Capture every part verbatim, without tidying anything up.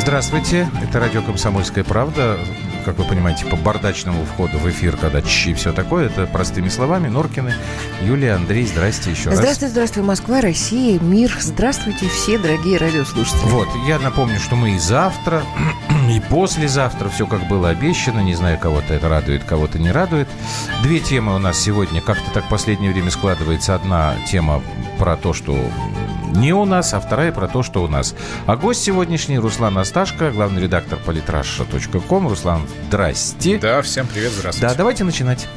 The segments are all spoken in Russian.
Здравствуйте, это радио «Комсомольская правда». Как вы понимаете, по бардачному входу в эфир, когда чи и все такое, это простыми словами. Норкины, Юлия, Андрей, здрасте еще раз. Здравствуйте, здравствуй, Москва, Россия, мир. Здравствуйте, все дорогие радиослушатели. Вот, я напомню, что мы и завтра, и послезавтра, все как было обещано. Не знаю, кого-то это радует, кого-то не радует. Две темы у нас сегодня. Как-то так в последнее время складывается. Одна тема про то, что не у нас, а вторая про то, что у нас. А гость сегодняшний Руслан Асташко, главный редактор политраша точка ком. Руслан, здрасте. Да, всем привет, здравствуйте. Да, давайте начинать.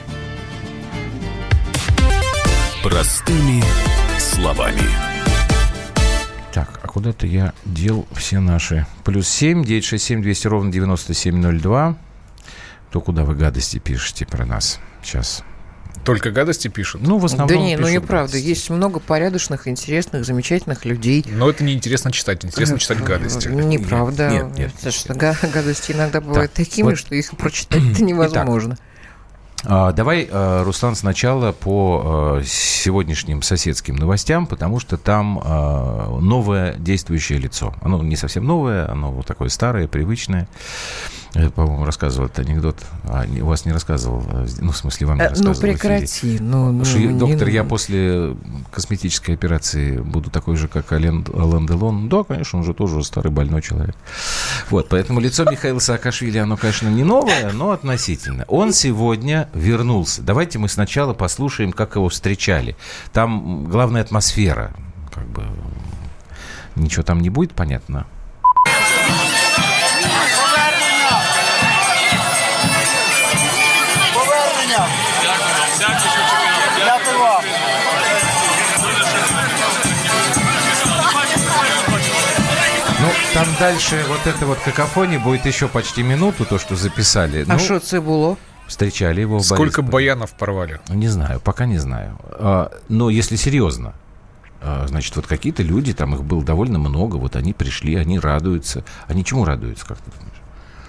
Простыми словами. Так, а куда-то я дел все наши. Плюс семь, девять шесть семь, двести ровно девяносто семь ноль два. То, куда вы гадости пишете про нас сейчас. Только гадости пишут? Ну, в основном Да не, ну неправда. гадости. Есть много порядочных, интересных, замечательных людей. Но это неинтересно читать. Интересно читать гадости. Неправда. Нет, нет. Потому что гадости иногда бывают так, такими, вот. что их прочитать-то невозможно. А, давай, а, Руслан, сначала по а, сегодняшним соседским новостям, потому что там а, новое действующее лицо. Оно не совсем новое, оно вот такое старое, привычное. Я, по-моему, рассказывал этот анекдот. А, у вас не рассказывал? Ну, в смысле, вам не рассказывал. Ну, прекрати. Ну, ну, Что, доктор, не... я после косметической операции буду такой же, как Ален, Ален Делон. Да, конечно, он же тоже старый больной человек. Вот, поэтому лицо Михаила Саакашвили, оно, конечно, не новое, но относительно. Он сегодня вернулся. Давайте мы сначала послушаем, как его встречали. Там главная атмосфера. Как бы ничего там не будет, понятно. Ну, там дальше вот эта вот какофония будет еще почти минуту, то, что записали. А ну, что це було? Встречали его в Сколько Борисполе. баянов порвали? Не знаю, пока не знаю. А, но если серьезно, а, значит, вот какие-то люди, там их было довольно много, вот они пришли, они радуются. Они чему радуются, как ты думаешь?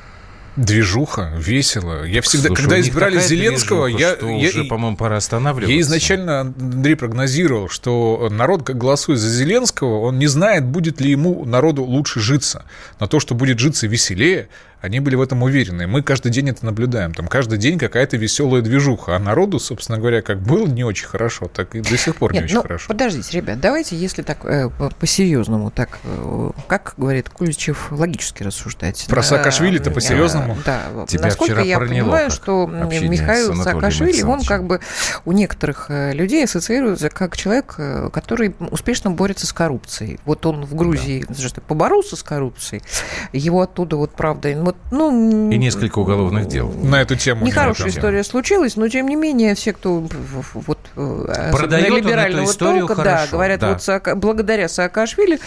Движуха, весело. Я всегда, Слушай, когда у них избирали такая Зеленского, движуха, я, что я, уже, по-моему, пора останавливаться. я изначально, Андрей, прогнозировал, что народ, как голосует за Зеленского, он не знает, будет ли ему, народу, лучше житься. Но то, что будет житься веселее, они были в этом уверены. Мы каждый день это наблюдаем. Там каждый день какая-то веселая движуха. А народу, собственно говоря, как было не очень хорошо, так и до сих пор Нет, не очень ну, хорошо. Подождите, ребят, давайте, если так э, по-серьезному, так, э, как говорит Куличев, логически рассуждать. Про да, Саакашвили-то по-серьезному? Да, Тебя насколько вчера я проняло, понимаю, как что Михаил Саакашвили, он как бы у некоторых людей ассоциируется как человек, который успешно борется с коррупцией. Вот он в Грузии да. поборолся с коррупцией, его оттуда вот, правда, вот, ну... И несколько уголовных дел. На эту тему. Нехорошая история случилась, но, тем не менее, все, кто вот, продает либерального эту историю толка, хорошо, да, говорят, да. вот Саака, благодаря Саакашвили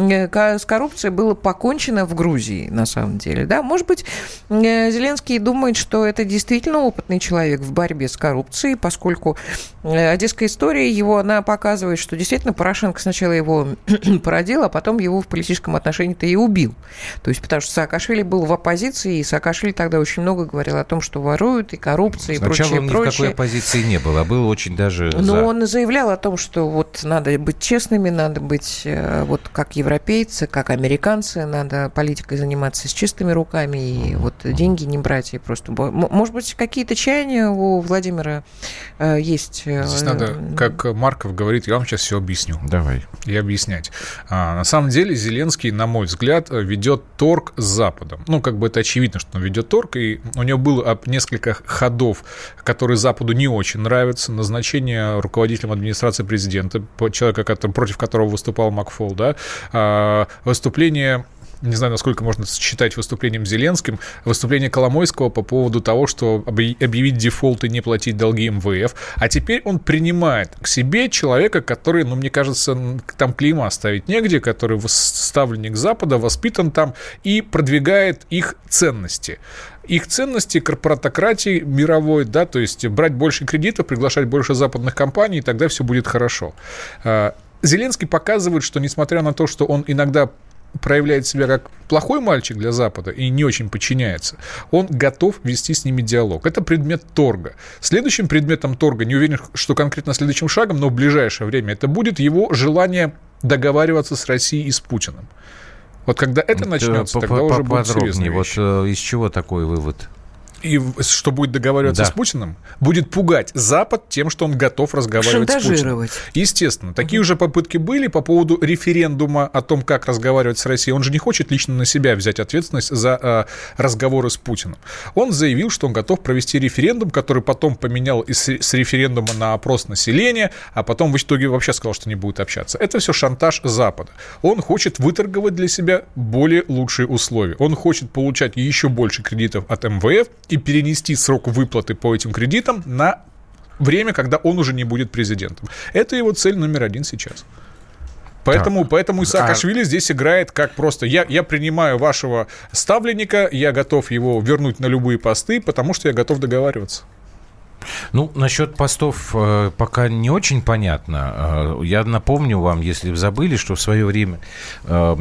с коррупцией было покончено в Грузии, на самом деле. Да? Может быть, Зеленский думает, что это действительно опытный человек в борьбе с коррупцией, поскольку одесская история его, она показывает, что действительно Порошенко сначала его породил, а потом его в политическом отношении-то и убил. То есть, потому что Саакашвили был в оппозиции, и Саакашвили тогда очень много говорил о том, что воруют, и коррупция, и Сначала прочее, он ни прочее. в какой оппозиции не был, а был очень даже Но за. он заявлял о том, что вот надо быть честными, надо быть вот как европейцы, как американцы, надо политикой заниматься с чистыми руками, и вот деньги не брать, и просто... Может быть, какие-то чаяния у Владимира есть? Здесь надо, как Марков говорит, я вам сейчас все объясню. Давай. И объяснять. А, на самом деле Зеленский, на мой взгляд, ведет торг с Западом. Ну, как бы это очевидно, что он ведет торг, и у него было несколько ходов, которые Западу не очень нравятся. Назначение руководителем администрации президента, человека, который, против которого выступал Макфол, да, а, выступление... Не знаю, насколько можно считать выступлением Зеленским, выступление Коломойского по поводу того, что объявить дефолт и не платить долги эм вэ эф. А теперь он принимает к себе человека, который, ну, мне кажется, там клейма ставить негде, который ставленник Запада, воспитан там и продвигает их ценности. Их ценности корпоратократии мировой, да, то есть брать больше кредитов, приглашать больше западных компаний, и тогда все будет хорошо. Зеленский показывает, что несмотря на то, что он иногда проявляет себя как плохой мальчик для Запада и не очень подчиняется, он готов вести с ними диалог. Это предмет торга. Следующим предметом торга, не уверен, что конкретно следующим шагом, но в ближайшее время это будет его желание договариваться с Россией и с Путиным. Вот когда это начнется, тогда уже будет серьезная вещь. Вот из чего такой вывод? И что будет договариваться да. с Путиным? Будет пугать Запад тем, что он готов разговаривать с Путиным. Естественно. Такие угу. уже попытки были по поводу референдума о том, как разговаривать с Россией. Он же не хочет лично на себя взять ответственность за э, разговоры с Путиным. Он заявил, что он готов провести референдум, который потом поменял из, с референдума на опрос населения, а потом в итоге вообще сказал, что не будет общаться. Это все шантаж Запада. Он хочет выторговать для себя более лучшие условия. Он хочет получать еще больше кредитов от эм вэ эф и перенести срок выплаты по этим кредитам на время, когда он уже не будет президентом. Это его цель номер один сейчас. Поэтому, поэтому и Саакашвили а... здесь играет как просто я, я принимаю вашего ставленника, я готов его вернуть на любые посты, потому что я готов договариваться. Ну, насчет постов э, пока не очень понятно. Э, я напомню вам, если вы забыли, что в свое время... Э,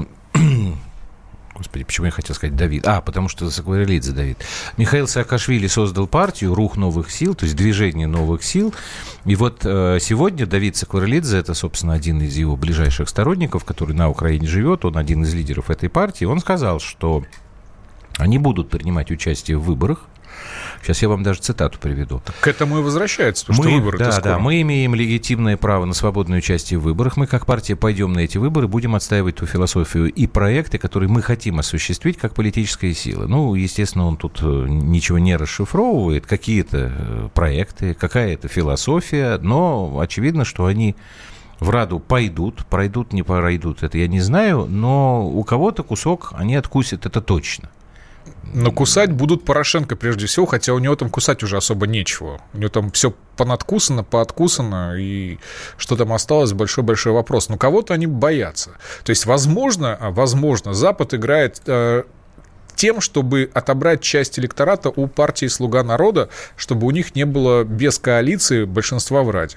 Господи, почему я хотел сказать Давид? А, потому что Саакашвили Давид. Михаил Саакашвили создал партию «Рух новых сил», то есть «Движение новых сил». И вот э, сегодня Давид Саакашвили, это, собственно, один из его ближайших сторонников, который на Украине живет, он один из лидеров этой партии, он сказал, что они будут принимать участие в выборах. Сейчас я вам даже цитату приведу. К этому и возвращается, потому мы, что выборы-то да, скоро. Да, мы имеем легитимное право на свободное участие в выборах. Мы, как партия, пойдем на эти выборы, будем отстаивать ту философию и проекты, которые мы хотим осуществить как политическая сила. Ну, естественно, он тут ничего не расшифровывает. Какие-то проекты, какая-то философия, но очевидно, что они в Раду пойдут, пройдут, не пройдут, это я не знаю, но у кого-то кусок они откусят, это точно. Но кусать будут Порошенко прежде всего, хотя у него там кусать уже особо нечего. У него там все понадкусано, пооткусано, и что там осталось, большой-большой вопрос. Но кого-то они боятся. То есть, возможно, возможно, Запад играет э, тем, чтобы отобрать часть электората у партии «Слуга народа», чтобы у них не было без коалиции большинства в Раде.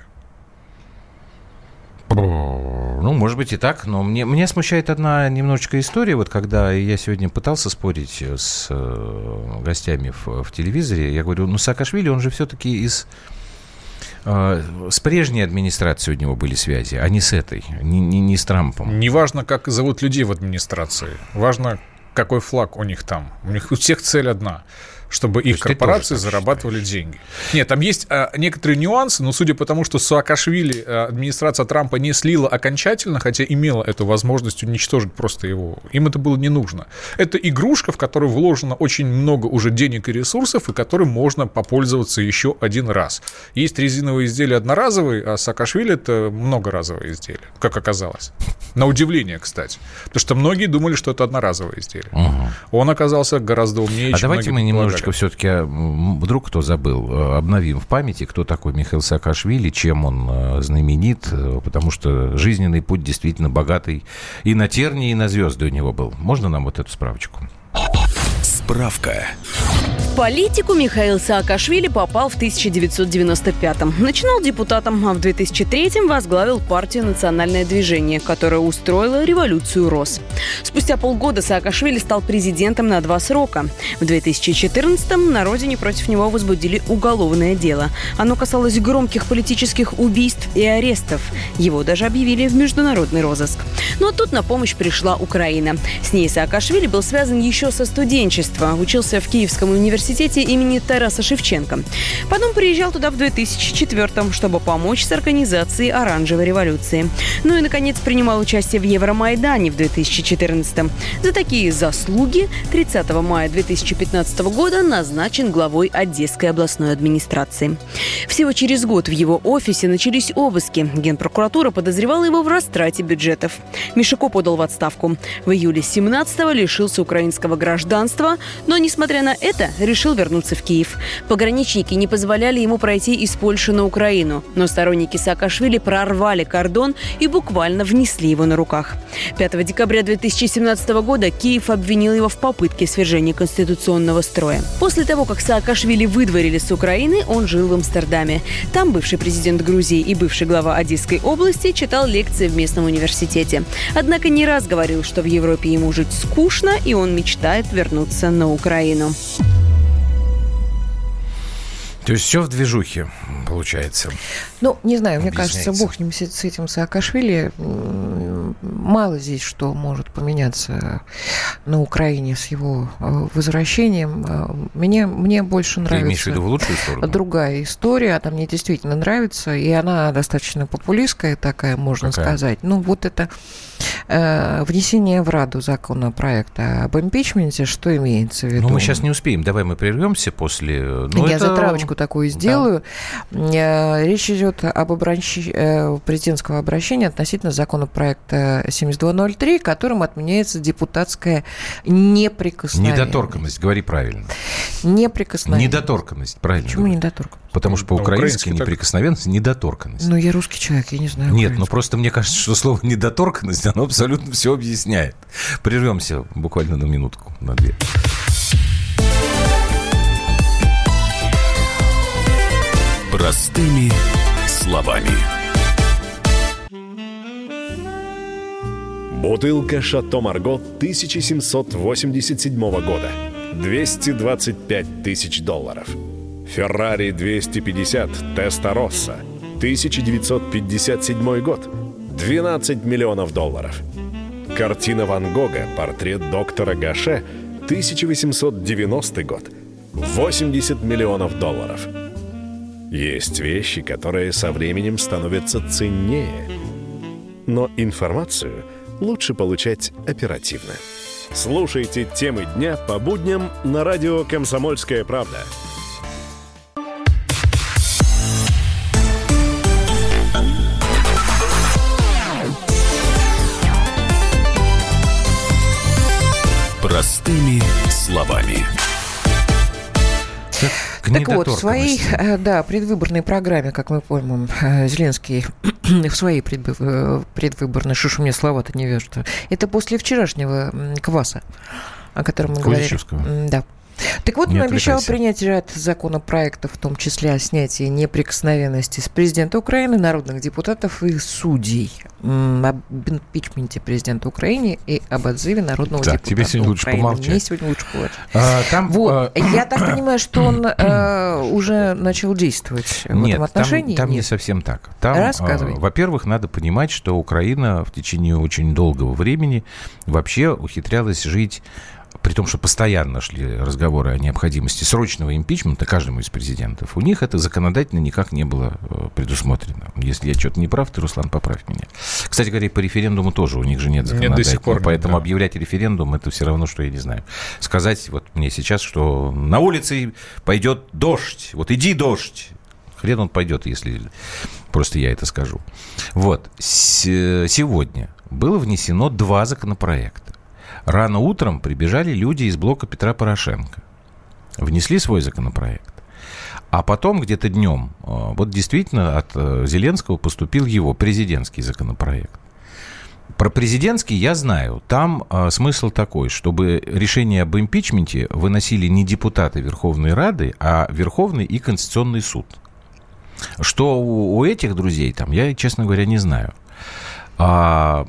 Ну, может быть и так, но мне, меня смущает одна немножечко история. Вот когда я сегодня пытался спорить с э, гостями в, в телевизоре, я говорю, ну, Саакашвили, он же все-таки из... Э, с прежней администрацией у него были связи, а не с этой, не, не, не с Трампом. Неважно, как зовут людей в администрации, важно, какой флаг у них там. У них у всех цель одна — чтобы их корпорации зарабатывали деньги. Нет, там есть а, некоторые нюансы, но судя по тому, что Саакашвили а, администрация Трампа не слила окончательно, хотя имела эту возможность уничтожить просто его, им это было не нужно. Это игрушка, в которую вложено очень много уже денег и ресурсов, и которой можно попользоваться еще один раз. Есть резиновые изделия одноразовые, а Саакашвили — это многоразовые изделия, как оказалось. На удивление, кстати. Потому что многие думали, что это одноразовое изделие. Угу. Он оказался гораздо умнее, а чем давайте мы многие немножечко все-таки, вдруг кто забыл, обновим в памяти, кто такой Михаил Саакашвили, чем он знаменит, потому что жизненный путь действительно богатый и на тернии, и на звезды у него был. Можно нам вот эту справочку? Справка. В политику Михаил Саакашвили попал в тысяча девятьсот девяносто пятом. Начинал депутатом, а в две тысячи третьем возглавил партию «Национальное движение», которая устроила революцию роз. Спустя полгода Саакашвили стал президентом на два срока. В две тысячи четырнадцатом на родине против него возбудили уголовное дело. Оно касалось громких политических убийств и арестов. Его даже объявили в международный розыск. Но тут на помощь пришла Украина. С ней Саакашвили был связан еще со студенчества. Учился в Киевском университете имени Тараса Шевченко. Потом приезжал туда в две тысячи четвёртом, чтобы помочь с организацией Оранжевой революции. Ну и, наконец, принимал участие в Евромайдане в две тысячи четырнадцатом. За такие заслуги тридцатого мая две тысячи пятнадцатого года назначен главой Одесской областной администрации. Всего через год в его офисе начались обыски. Генпрокуратура подозревала его в растрате бюджетов. Мишико подал в отставку. В июле семнадцатого лишился украинского гражданства, но, несмотря на это, решил вернуться в Киев. Пограничники не позволяли ему пройти из Польши на Украину, но сторонники Саакашвили прорвали кордон и буквально внесли его на руках. пятого декабря две тысячи семнадцатого года Киев обвинил его в попытке свержения конституционного строя. После того, как Саакашвили выдворили с Украины, он жил в Амстердаме. Там бывший президент Грузии и бывший глава Одесской области читал лекции в местном университете. Однако не раз говорил, что в Европе ему жить скучно, и он мечтает вернуться на Украину. То есть все в движухе, получается. Ну, не знаю, мне кажется, бог с ним с этим Саакашвили. мало здесь что может поменяться на Украине с его возвращением. Мне, мне больше нравится... Ты имеешь в виду в лучшую сторону? Другая история, она мне действительно нравится, и она достаточно популистская такая, можно Какая? сказать. Ну, вот это э, внесение в Раду законопроекта об импичменте, что имеется в виду? Ну, мы сейчас не успеем. Давай мы прервемся после... Ну, Я это... затравочку такую сделаю. Да. Речь идет об обращ... президентского обращения относительно законопроекта семьдесят два ноль три, которым отменяется депутатская неприкосновенность. Недоторканность, говори правильно. Неприкосновенность. Недоторканность, правильно. Почему говорю? недоторканность? Потому что по-украински неприкосновенность, так... недоторканность. Ну, я русский человек, я не знаю. Нет, ну просто мне кажется, что слово недоторканность, оно абсолютно все объясняет. Прервемся буквально на минутку, на две. Простыми словами. Бутылка «Шато Марго» тысяча семьсот восемьдесят седьмого года. двести двадцать пять тысяч долларов. «Феррари двести пятьдесят Теста-Росса» тысяча девятьсот пятьдесят седьмой год. двенадцать миллионов долларов. Картина Ван Гога «Портрет доктора Гаше» тысяча восемьсот девяностый год. восемьдесят миллионов долларов. Есть вещи, которые со временем становятся ценнее. Но информацию лучше получать оперативно. Слушайте темы дня по будням на радио «Комсомольская правда». Простыми словами. Так вот, в своей да, предвыборной программе, как мы помним, Зеленский в своей предвыборной, шушу мне слова-то не вяжут, это после вчерашнего кваса, о котором мы говорили. Да. Так вот, он обещал принять ряд законопроектов, в том числе о снятии неприкосновенности с президента Украины, народных депутатов и судей, об импичменте президента Украины и об отзыве народного да, депутата тебе сегодня лучше Украины. помолчать. Мне сегодня лучше помолчать. А, там, вот. а... Я так понимаю, что он а, уже начал действовать в Нет, этом отношении? Там, там Нет, не совсем так. Там, Рассказывай. А, во-первых, надо понимать, что Украина в течение очень долгого времени вообще ухитрялась жить, при том, что постоянно шли разговоры о необходимости срочного импичмента каждому из президентов, у них это законодательно никак не было предусмотрено. Если я что-то не прав, ты, Руслан, поправь меня. Кстати говоря, по референдуму тоже у них же нет законодательного. Нет, до сих пор нет, поэтому да. Объявлять референдум, это все равно, что, я не знаю, сказать вот мне сейчас, что на улице пойдет дождь, вот иди дождь. Хрен он пойдет, если просто я это скажу. Вот. Сегодня было внесено два законопроекта. Рано утром прибежали люди из блока Петра Порошенко. Внесли свой законопроект. А потом где-то днем, вот действительно от Зеленского поступил его президентский законопроект. Про президентский я знаю. Там смысл такой, чтобы решение об импичменте выносили не депутаты Верховной Рады, а Верховный и Конституционный суд. Что у, у этих друзей там, я, честно говоря, не знаю. А...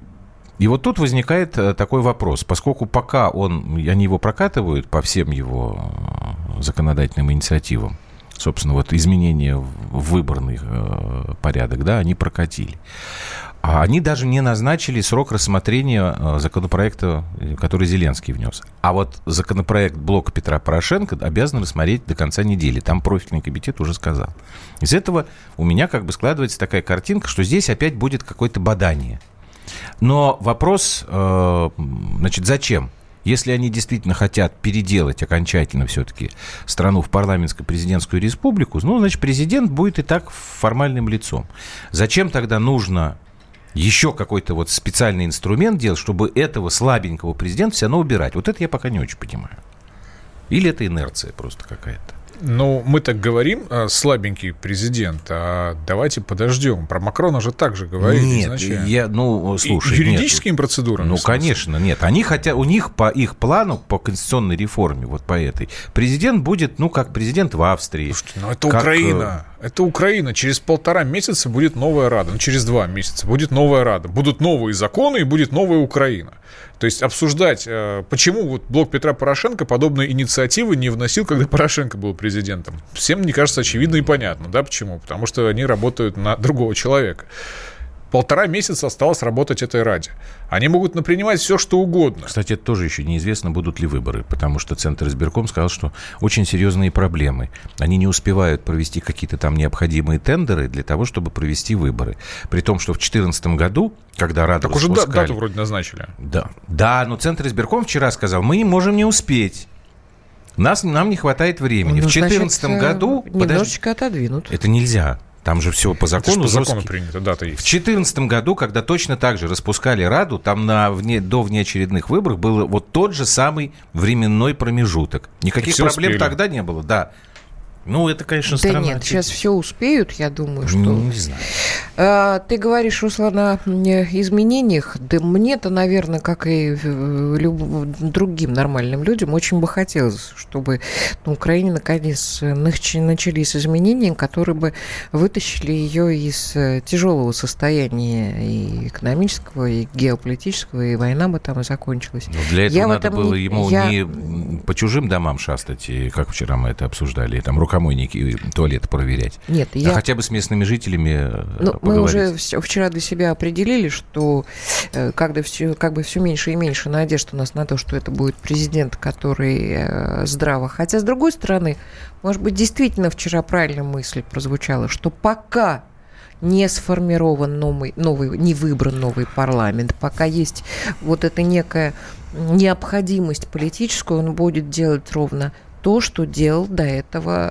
И вот тут возникает такой вопрос, поскольку пока он, они его прокатывают по всем его законодательным инициативам, собственно, вот изменения в выборный порядок, да, они прокатили. А они даже не назначили срок рассмотрения законопроекта, который Зеленский внес. А вот законопроект блока Петра Порошенко обязан рассмотреть до конца недели. Там профильный комитет уже сказал. Из этого у меня как бы складывается такая картинка, что здесь опять будет какое-то бадание. Но вопрос, значит, зачем? Если они действительно хотят переделать окончательно все-таки страну в парламентско-президентскую республику, ну, значит, президент будет и так формальным лицом. Зачем тогда нужно еще какой-то вот специальный инструмент делать, чтобы этого слабенького президента все равно убирать? Вот это я пока не очень понимаю. Или это инерция просто какая-то? Ну, мы так говорим, слабенький президент, а давайте подождем. Про Макрона же так же говорили нет, изначально. Я, ну, слушай, и юридическими нет. процедурами? Ну, конечно, нет. Они хотят, у них по их плану, по конституционной реформе, вот по этой, президент будет, ну, как президент в Австрии. Слушайте, ну, это как... Украина. Это Украина. Через полтора месяца будет новая Рада. Ну, через два месяца будет новая Рада. Будут новые законы и будет новая Украина. То есть обсуждать, почему вот блок Петра Порошенко подобные инициативы не вносил, когда Порошенко был президентом. Всем, мне кажется, очевидно и понятно. Да, почему? Потому что они работают на другого человека. Полтора месяца осталось работать этой Раде. Они могут напринимать все, что угодно. Кстати, это тоже еще неизвестно, будут ли выборы, потому что Центр избирком сказал, что очень серьезные проблемы. Они не успевают провести какие-то там необходимые тендеры для того, чтобы провести выборы. При том, что в две тысячи четырнадцатом году, когда Раду так распускали... уже дату вроде назначили. Да, да, но Центр избирком вчера сказал, мы не можем не успеть. Нас, нам не хватает времени. Ну, в две тысячи четырнадцатом году... Немножечко подожди, отодвинут. Это нельзя. Там же все по закону. Это по закону принято, дата есть. В две тысячи четырнадцатом году, когда точно так же распускали Раду, там на вне, до внеочередных выборов был вот тот же самый временной промежуток. Никаких проблем успели. Тогда не было, да. Ну, это, конечно, странно. Да нет, сейчас все успеют, я думаю, что... Не, не знаю. А, ты говоришь, Руслан, о изменениях. Да мне-то, наверное, как и любым другим нормальным людям, очень бы хотелось, чтобы на Украине наконец начались изменения, которые бы вытащили ее из тяжелого состояния и экономического, и геополитического, и война бы там и закончилась. Но для этого я надо было не... ему я... не по чужим домам шастать, и как вчера мы это обсуждали, там рукомойники и туалеты проверять. Нет, а я... хотя бы с местными жителями ну, поговорить. Мы уже вчера для себя определили, что когда все, как бы все меньше и меньше надежд у нас на то, что это будет президент, который здраво. Хотя, с другой стороны, может быть, действительно вчера правильная мысль прозвучала, что пока не сформирован новый, новый, не выбран новый парламент, пока есть вот эта некая необходимость политическую, он будет делать ровно то, что делал до этого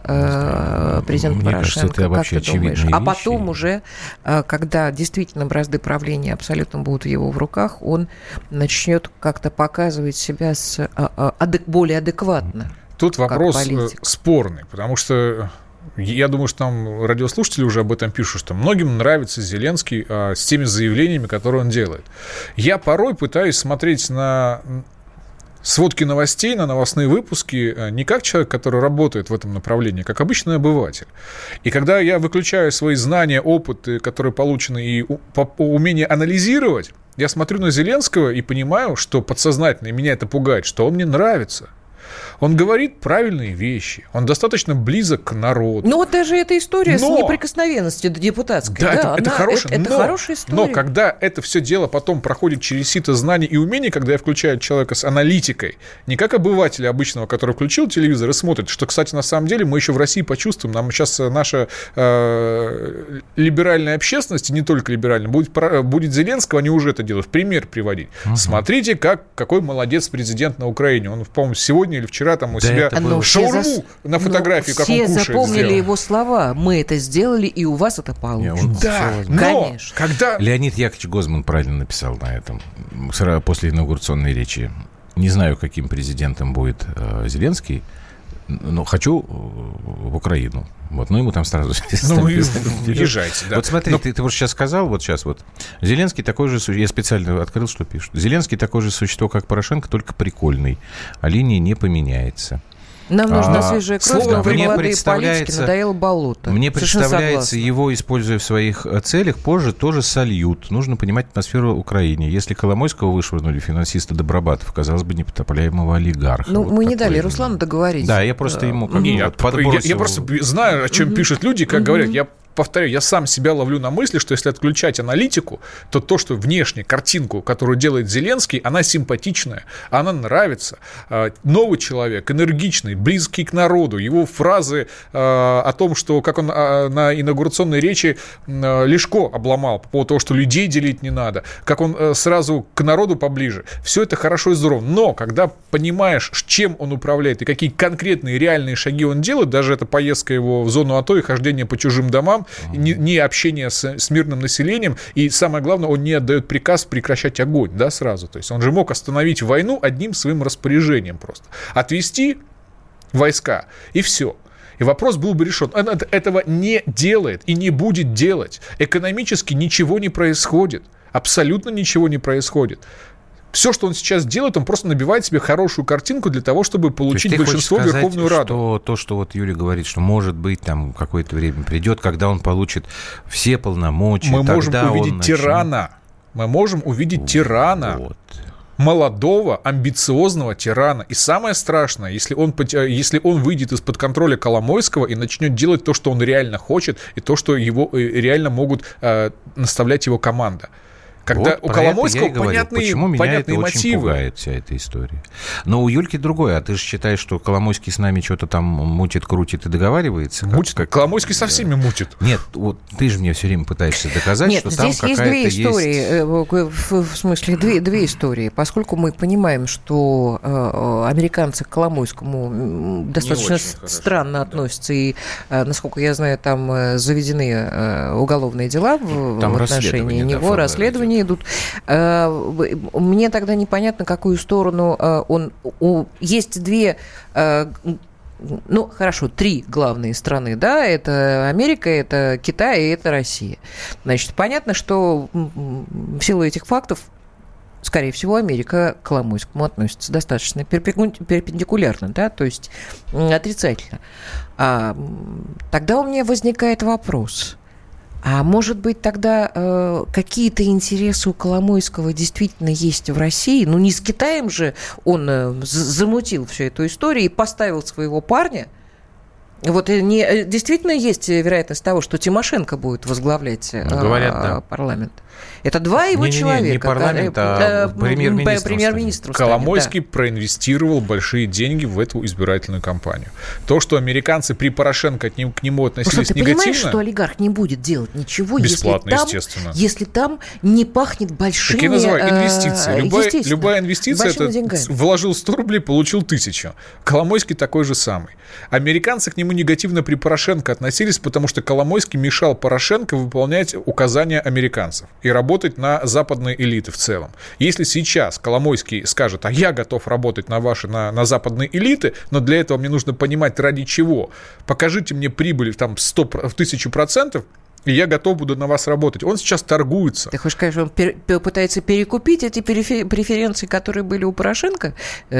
э, президент Мне Порошенко. Кажется, это вообще как ты думаешь? очевидные А вещи. потом уже, э, когда действительно бразды правления абсолютно будут в его в руках, он начнет как-то показывать себя с, э, э, адек, более адекватно. Тут вопрос спорный, потому что я думаю, что там радиослушатели уже об этом пишут, что многим нравится Зеленский а, с теми заявлениями, которые он делает. Я порой пытаюсь смотреть на сводки новостей, на новостные выпуски не как человек, который работает в этом направлении, а как обычный обыватель. И когда я выключаю свои знания, опыт, которые получены, и умение анализировать, я смотрю на Зеленского и понимаю, что подсознательно, и меня это пугает, что он мне нравится. Он говорит правильные вещи. Он достаточно близок к народу. Ну, вот даже эта история но... с неприкосновенностью депутатской. Да, да, это, она, это, хорошая, это, это но, хорошая история. Но когда это все дело потом проходит через сито знаний и умений, когда я включаю человека с аналитикой, не как обывателя обычного, который включил телевизор и смотрит, что, кстати, на самом деле мы еще в России почувствуем, нам сейчас наша э, либеральная общественность, и не только либеральная, будет, будет Зеленского, они уже это делают, в пример приводить. Угу. Смотрите, как, какой молодец президент на Украине. Он, по-моему, сегодня или вчера там у да себя шаурму зас... на фотографии, ну, как он кушает. Все запомнили сделал. его слова. Мы это сделали, и у вас это получится. Он... Да, но конечно. Когда... Леонид Яковлевич Гозман правильно написал на этом сразу после инаугурационной речи. Не знаю, каким президентом будет э, Зеленский, но хочу в Украину. Вот, ну, ему там сразу... Ну, езжайте, да. Вот смотри, но... ты, ты вот сейчас сказал, вот сейчас вот, Зеленский такой же... Я специально открыл, что пишут. Зеленский такое же существо, как Порошенко, только прикольный. А линия не поменяется. Нам нужна а, свежая кровь, новые молодые политики, надоело болото. Мне Совершенно представляется, согласна. Его, используя в своих целях, позже тоже сольют. Нужно понимать атмосферу в Украине. Если Коломойского вышвырнули, финансиста Добробатов, казалось бы, непотопляемого олигарха. Ну, вот мы не дали вот. Руслану договорить. Да, я просто ему как не, бы вот подбросил. Я, я просто знаю, о чем mm-hmm. пишут люди, как mm-hmm. говорят. Я повторяю, я сам себя ловлю на мысли, что если отключать аналитику, то то, что внешне картинку, которую делает Зеленский, она симпатичная, она нравится. Новый человек, энергичный, близкий к народу. Его фразы о том, что как он на инаугурационной речи Лешко обломал по поводу того, что людей делить не надо, как он сразу к народу поближе. Все это хорошо и здорово. Но когда понимаешь, чем он управляет и какие конкретные реальные шаги он делает, даже эта поездка его в зону АТО и хождение по чужим домам, Не, не общение с, с мирным населением, и самое главное, он не отдает приказ прекращать огонь, да, сразу. То есть он же мог остановить войну одним своим распоряжением просто. Отвести войска, и все. И вопрос был бы решен. Он этого не делает и не будет делать. Экономически ничего не происходит. Абсолютно ничего не происходит. Все, что он сейчас делает, он просто набивает себе хорошую картинку для того, чтобы получить большинство в Верховную Раду. Что, то, что вот Юрий говорит, что может быть там какое-то время придет, когда он получит все полномочия. Мы можем тогда увидеть он тирана. Мы можем увидеть вот, тирана. Вот. молодого, амбициозного тирана. И самое страшное, если он, если он выйдет из-под контроля Коломойского и начнет делать то, что он реально хочет, и то, что его реально могут э, наставлять его команда. Когда вот у Коломойского понятные, почему меня понятные это мотивы. Очень пугает вся эта история. Но у Юльки другое. А ты же считаешь, что Коломойский с нами что-то там мутит, крутит и договаривается? Мутит? Как, Коломойский да. со всеми мутит. Нет, вот ты же мне все время пытаешься доказать, Нет, что здесь там есть какая-то две истории. есть... В, в смысле, две, две истории. Поскольку мы понимаем, что э, американцы к Коломойскому достаточно странно хорошо, относятся, да. и, э, насколько я знаю, там э, заведены э, уголовные дела в, в отношении него, да, расследования идут. Мне тогда непонятно, какую сторону он... Есть две... Ну, хорошо, три главные страны, да, это Америка, это Китай и это Россия. Значит, понятно, что в силу этих фактов, скорее всего, Америка к Коломойскому относится достаточно перпендикулярно, да, то есть отрицательно. А, тогда у меня возникает вопрос... А может быть, тогда э, какие-то интересы у Коломойского действительно есть в России? Ну, не с Китаем же он э, замутил всю эту историю и поставил своего парня. Вот не, действительно есть вероятность того, что Тимошенко будет возглавлять Говорят, да. парламент. Это два его не, человека. Не, не парламент, а премьер-министр. Премьер-министр Коломойский да. проинвестировал большие деньги в эту избирательную кампанию. То, что американцы при Порошенко к, ним, к нему относились ты негативно... Ты понимаешь, что олигарх не будет делать ничего, бесплатно, если там, естественно. если там не пахнет большими... Так я называю инвестиции. Любая, любая инвестиция, это деньгами. Вложил сто рублей, получил тысячу. Коломойский такой же самый. Американцы к нему негативно при Порошенко относились, потому что Коломойский мешал Порошенко выполнять указания американцев и работать на западные элиты в целом. Если сейчас Коломойский скажет, а я готов работать на ваши, на, на западные элиты, но для этого мне нужно понимать, ради чего. Покажите мне прибыль там сто, в тысячу процентов, и я готов буду на вас работать. Он сейчас торгуется. Ты хочешь сказать, что он пер- пытается перекупить эти перефи- преференции, которые были у Порошенко?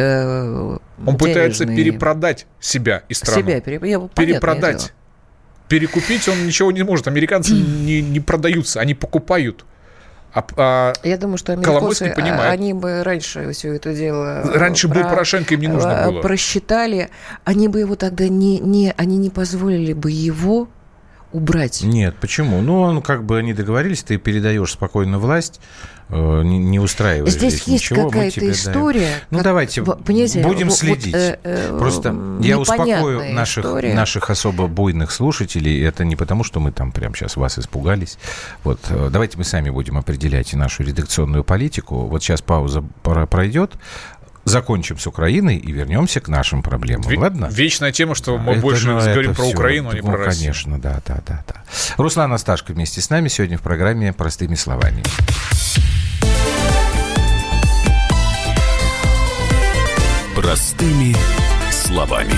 Э- он пытается перепродать себя и страну. Себя пере- я, перепродать. Перекупить он ничего не может. Американцы не, не продаются, они покупают. А, а я думаю, что американцы, они бы раньше все это дело... Раньше про, был Порошенко, им не нужно было. Просчитали. Они бы его тогда не... не они не позволили бы его убрать. Нет, почему? Ну, он как бы они договорились, ты передаешь спокойно власть, э, не, не устраиваешь здесь, здесь есть ничего. какая-то история. Даем. Ну, давайте понимаете, будем вот, следить. Вот, э, Просто я успокою наших, наших особо буйных слушателей. Это не потому, что мы там прямо сейчас вас испугались. Вот, давайте мы сами будем определять нашу редакционную политику. Вот сейчас пауза пройдет. Закончим с Украиной и вернемся к нашим проблемам. В- Ладно? Вечная тема, что мы это, больше ну, говорим про все. Украину, а не ну, про Россию. Конечно, да, да, да, да. Руслан Асташко вместе с нами сегодня в программе «Простыми словами». Простыми словами.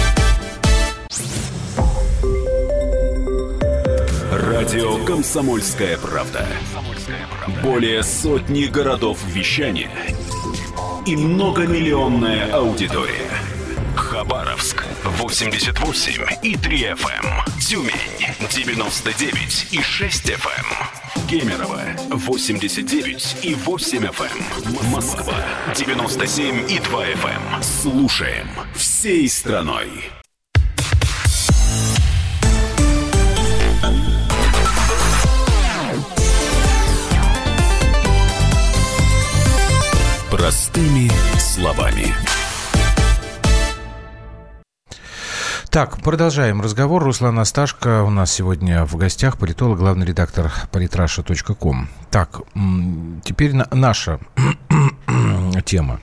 Радио «Комсомольская правда». Более сотни городов вещания и многомиллионная аудитория. Хабаровск восемьдесят восемь и три эф эм, Тюмень девяносто девять и шесть эф эм, Кемерово восемьдесят девять и восемь эф эм, Москва девяносто семь и два эф эм. Слушаем всей страной. Простыми словами. Так, продолжаем разговор. Руслан Асташко у нас сегодня в гостях, политолог, главный редактор политраша точка ком. Так, теперь наша тема.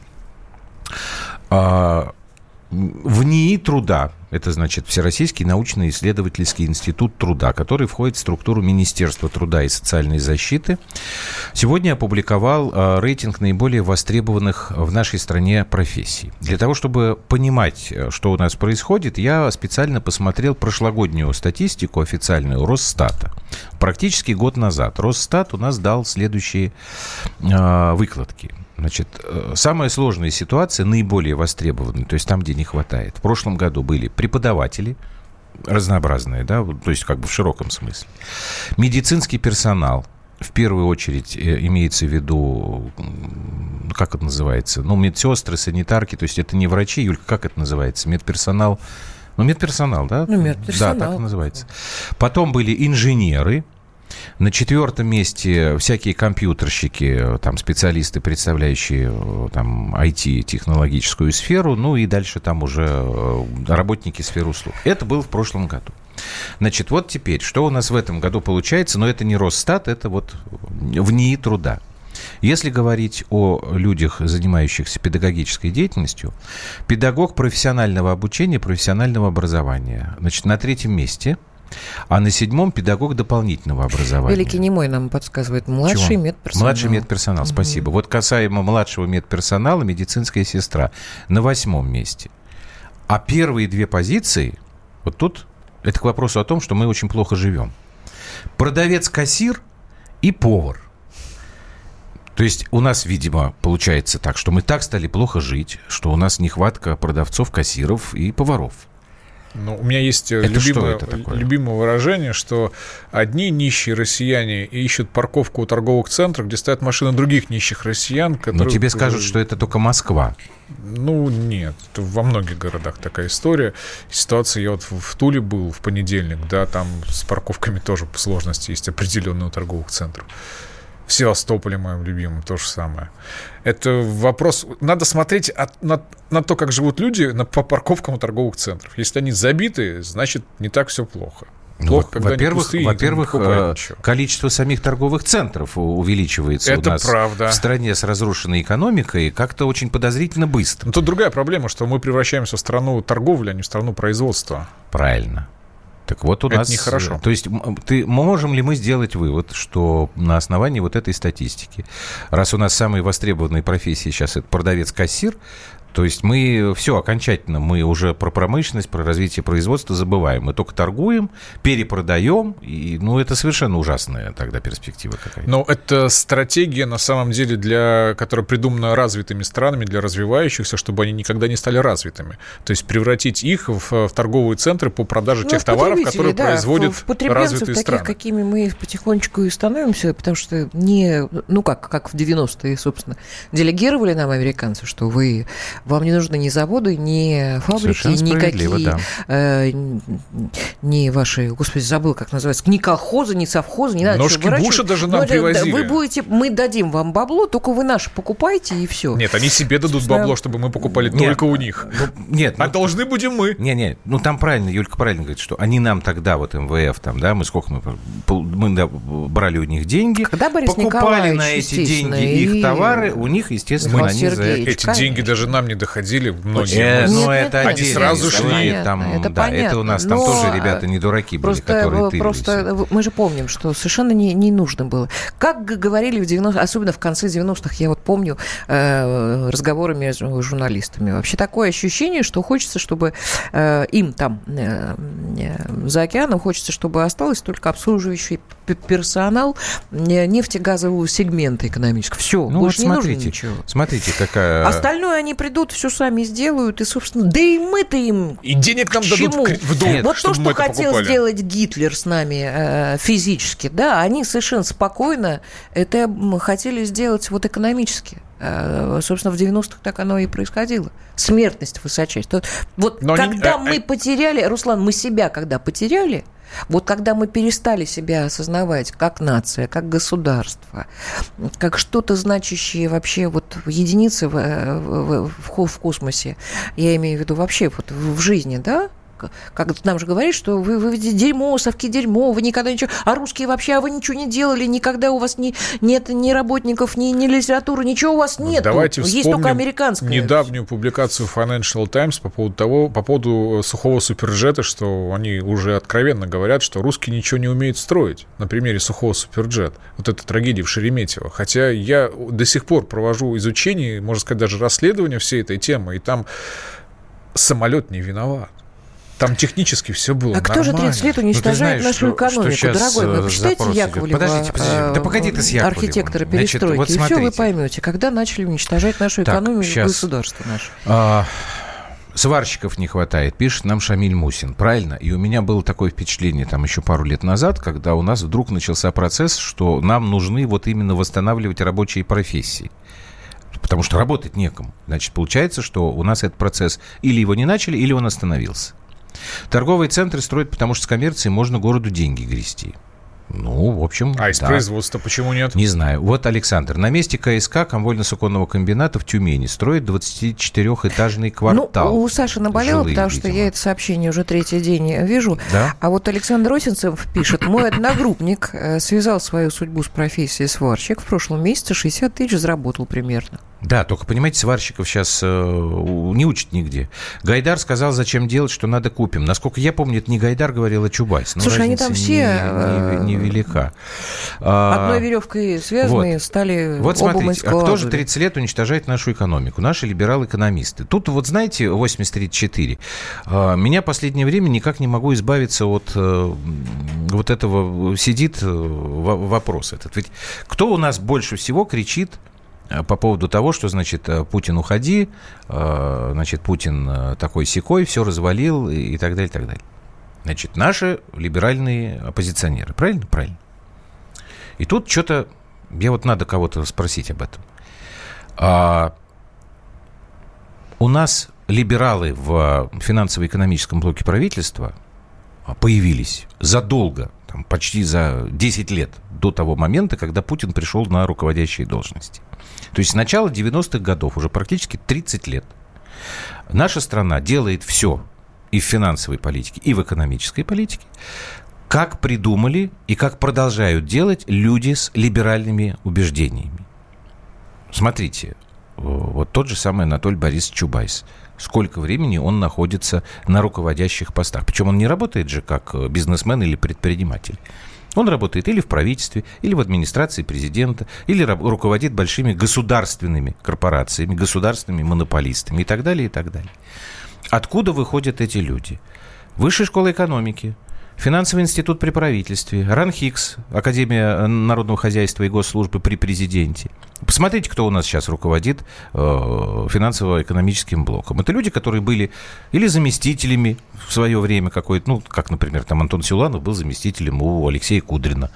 В НИИ труда, это значит Всероссийский научно-исследовательский институт труда, который входит в структуру Министерства труда и социальной защиты, сегодня опубликовал рейтинг наиболее востребованных в нашей стране профессий. Для того, чтобы понимать, что у нас происходит, я специально посмотрел прошлогоднюю статистику официальную Росстата. Практически год назад Росстат у нас дал следующие э, выкладки. Значит, самая сложная ситуация, наиболее востребованная, то есть там, где не хватает. В прошлом году были преподаватели разнообразные, да, то есть как бы в широком смысле. Медицинский персонал, в первую очередь имеется в виду как это называется? Ну, медсестры, санитарки, то есть это не врачи, Юлька, как это называется? Медперсонал. Ну, медперсонал, да? Ну, медперсонал. Да, так и называется. Потом были инженеры. На четвертом месте всякие компьютерщики, там, специалисты, представляющие там, ай ти-технологическую сферу, ну и дальше там уже работники сферы услуг. Это было в прошлом году. Значит, вот теперь, что у нас в этом году получается, но это не Росстат, это вот в НИИ труда. Если говорить о людях, занимающихся педагогической деятельностью, педагог профессионального обучения, профессионального образования, значит, на третьем месте, а на седьмом педагог дополнительного образования. Великий немой нам подсказывает. Младший Чего? медперсонал. Младший медперсонал, угу. Спасибо. Вот касаемо младшего медперсонала, медицинская сестра на восьмом месте. А первые две позиции, вот тут, это к вопросу о том, что мы очень плохо живем. Продавец-кассир и повар. То есть у нас, видимо, получается так, что мы так стали плохо жить, что у нас нехватка продавцов, кассиров и поваров. Ну, у меня есть любимое, любимое выражение, что одни нищие россияне ищут парковку у торговых центров, где стоят машины других нищих россиян. Которые... Но тебе скажут, что это только Москва. Ну, нет. Во многих городах такая история. Ситуация, я вот в Туле был в понедельник, да, там с парковками тоже сложности есть определенные у торговых центров. В Севастополе, моем любимом, то же самое. Это вопрос... Надо смотреть от, на, на то, как живут люди на, по парковкам у торговых центров. Если они забиты, значит, не так все плохо. Плохо, ну, когда во-первых, они пустые, во-первых, количество самих торговых центров увеличивается это у нас правда. В стране с разрушенной экономикой как-то очень подозрительно быстро. Но тут другая проблема, что мы превращаемся в страну торговли, а не в страну производства. Правильно. Так вот у это нас... нехорошо. То есть ты, можем ли мы сделать вывод, что на основании вот этой статистики, раз у нас самые востребованные профессии сейчас это продавец-кассир, то есть мы все окончательно, мы уже про промышленность, про развитие производства забываем. Мы только торгуем, перепродаем, и, ну, это совершенно ужасная тогда перспектива какая-то. Но это стратегия, на самом деле, для, которая придумана развитыми странами, для развивающихся, чтобы они никогда не стали развитыми. То есть превратить их в, в торговые центры по продаже ну, тех товаров, которые да, производят в, в развитые таких, страны. Какими мы потихонечку и становимся, потому что не, ну как, как в девяностые, собственно, делегировали нам американцы, что вы... Вам не нужны ни заводы, ни фабрики, никакие, да. э, ни ваши, господи, забыл, как называется, ни колхозы, ни совхозы, не надо ножки ничего выращивать. Буша даже нам Но, привозили. Вы будете, мы дадим вам бабло, только вы наше покупайте, и все. Нет, они себе дадут Собственно... бабло, чтобы мы покупали нет, только у них. Ну, нет, а ну, должны будем мы. Нет, нет, ну там правильно, Юлька правильно говорит, что они нам тогда, вот эм вэ эф, там, да, мы сколько мы, мы да, брали у них деньги, Когда Борис покупали Николаевич, на эти деньги их товары, у них, естественно, мы, они Сергеевич, за эти конечно. деньги даже нам не доходили, многие. Э, ну, нет, это нет, они сразу шли. Понятно, там, это да, понятно. это у нас там Но тоже ребята не дураки были, которые тырились. Просто мы же помним, что совершенно не, не нужно было. Как говорили в девяностых, особенно в конце девяностых, я вот помню э, разговоры между журналистами. Вообще такое ощущение, что хочется, чтобы э, им там э, э, за океаном хочется, чтобы осталось только обслуживающий персонал нефтегазового сегмента экономического. Все, ну, больше вот не смотрите, нужно ничего. Смотрите, какая... Остальное они придут, все сами сделают, и, собственно, да и мы-то им... И денег нам дадут в долг, вот чтобы то, мы что это хотел покупали. сделать Гитлер с нами э, физически, да, они совершенно спокойно это хотели сделать вот экономически. Э, собственно, в девяностых так оно и происходило. Смертность высочайшая. Вот Но когда они... мы потеряли... Руслан, мы себя когда потеряли... Вот когда мы перестали себя осознавать как нация, как государство, как что-то значащее вообще вот единицы в, в, в, в космосе, я имею в виду вообще вот в жизни, да? Как нам же говорят, что вы, вы дерьмо, совки дерьмо, вы никогда ничего... А русские вообще, а вы ничего не делали, никогда у вас ни, нет ни работников, ни, ни литературы, ничего у вас нет. Давайте есть только американская. Недавнюю публикацию Financial Times по поводу того, по поводу сухого суперджета, что они уже откровенно говорят, что русские ничего не умеют строить. На примере сухого суперджета. Вот эта трагедия в Шереметьево. Хотя я до сих пор провожу изучение, можно сказать, даже расследование всей этой темы, и там самолет не виноват. Там технически все было а нормально. А кто же тридцать лет уничтожает ну, нашу что, экономику, что дорогой мой? Почитайте Яковлева, подождите, подождите. Да погоди ты с Яковлевым. архитектора перестройки, Значит, вот и все вы поймете, когда начали уничтожать нашу так, экономику и государство наше. А, сварщиков не хватает, пишет нам Шамиль Мусин. Правильно? И у меня было такое впечатление там еще пару лет назад, когда у нас вдруг начался процесс, что нам нужны вот именно восстанавливать рабочие профессии. Потому что работать некому. Значит, получается, что у нас этот процесс или его не начали, или он остановился. Торговые центры строят, потому что с коммерцией можно городу деньги грести. Ну, в общем, А из да. производства почему нет? Не знаю. Вот Александр. На месте КСК комвольно-суконного комбината в Тюмени строит двадцатичетырёхэтажный квартал. Ну, у Саши наболело, Жилые, потому что видимо. я это сообщение уже третий день вижу. Да? А вот Александр Осинцев пишет. Мой одногруппник э, связал свою судьбу с профессией сварщик. В прошлом месяце шестьдесят тысяч заработал примерно. Да, только, понимаете, сварщиков сейчас э, не учат нигде. Гайдар сказал, зачем делать, что надо купим. Насколько я помню, это не Гайдар говорил, а Чубайс. Но Слушай, они там все... Не, не, не велика. Одной веревкой связанные вот. стали Вот оба смотрите, а кто же тридцать лет уничтожает нашу экономику? Наши либералы-экономисты. Тут вот, знаете, восемьдесят тридцать четыре. Меня в последнее время никак не могу избавиться от вот этого, сидит вопрос этот. Ведь кто у нас больше всего кричит по поводу того, что, значит, Путин уходи, значит, Путин такой-сякой, все развалил и так далее, и так далее. Значит, наши либеральные оппозиционеры. Правильно? Правильно. И тут что-то... Я вот надо кого-то спросить об этом. А, у нас либералы в финансово-экономическом блоке правительства появились задолго, там, почти за десять лет до того момента, когда Путин пришел на руководящие должности. То есть с начала девяностых годов, уже практически тридцать лет, наша страна делает все и в финансовой политике, и в экономической политике, как придумали и как продолжают делать люди с либеральными убеждениями. Смотрите, вот тот же самый Анатолий Борисович Чубайс. Сколько времени он находится на руководящих постах. Причем он не работает же как бизнесмен или предприниматель. Он работает или в правительстве, или в администрации президента, или руководит большими государственными корпорациями, государственными монополистами и так далее, и так далее. Откуда выходят эти люди? Высшая школа экономики, Финансовый институт при правительстве, РАНХИКС, Академия народного хозяйства и госслужбы при президенте. Посмотрите, кто у нас сейчас руководит э, финансово-экономическим блоком. Это люди, которые были или заместителями в свое время какой-то, ну, как, например, там Антон Силуанов был заместителем у Алексея Кудрина.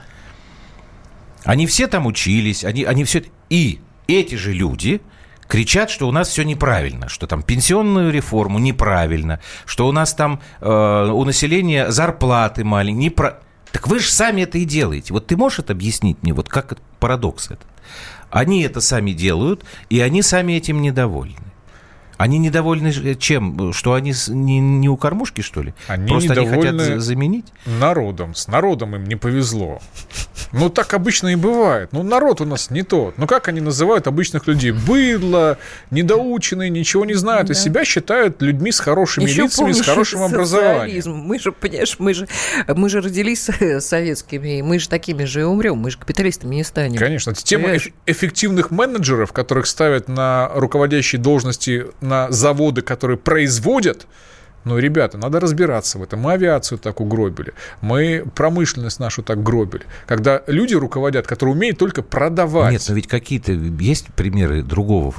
Они все там учились, они, они все... И эти же люди кричат, что у нас все неправильно, что там пенсионную реформу неправильно, что у нас там э, у населения зарплаты маленькие. Непра... Так вы же сами это и делаете. Вот ты можешь это объяснить мне, вот как парадокс это? Они это сами делают, и они сами этим недовольны. Они недовольны чем? Что они не, не у кормушки, что ли? Они Просто они хотят недовольны заменить? Народом. С народом им не повезло. Ну, так обычно и бывает. Ну, народ у нас не тот. Ну, как они называют обычных людей? Быдло, недоученные, ничего не знают. Да. И себя считают людьми с хорошими Еще лицами, с хорошим образованием. Мы же, понимаешь, мы же, мы же родились советскими, мы же такими же и умрем. Мы же капиталистами не станем. Конечно. Тема эф- эффективных менеджеров, которых ставят на руководящие должности на заводы, которые производят. Ну, ребята, надо разбираться в этом. Мы авиацию так угробили, мы промышленность нашу так гробили. Когда люди руководят, которые умеют только продавать. Нет, но ведь какие-то есть примеры другого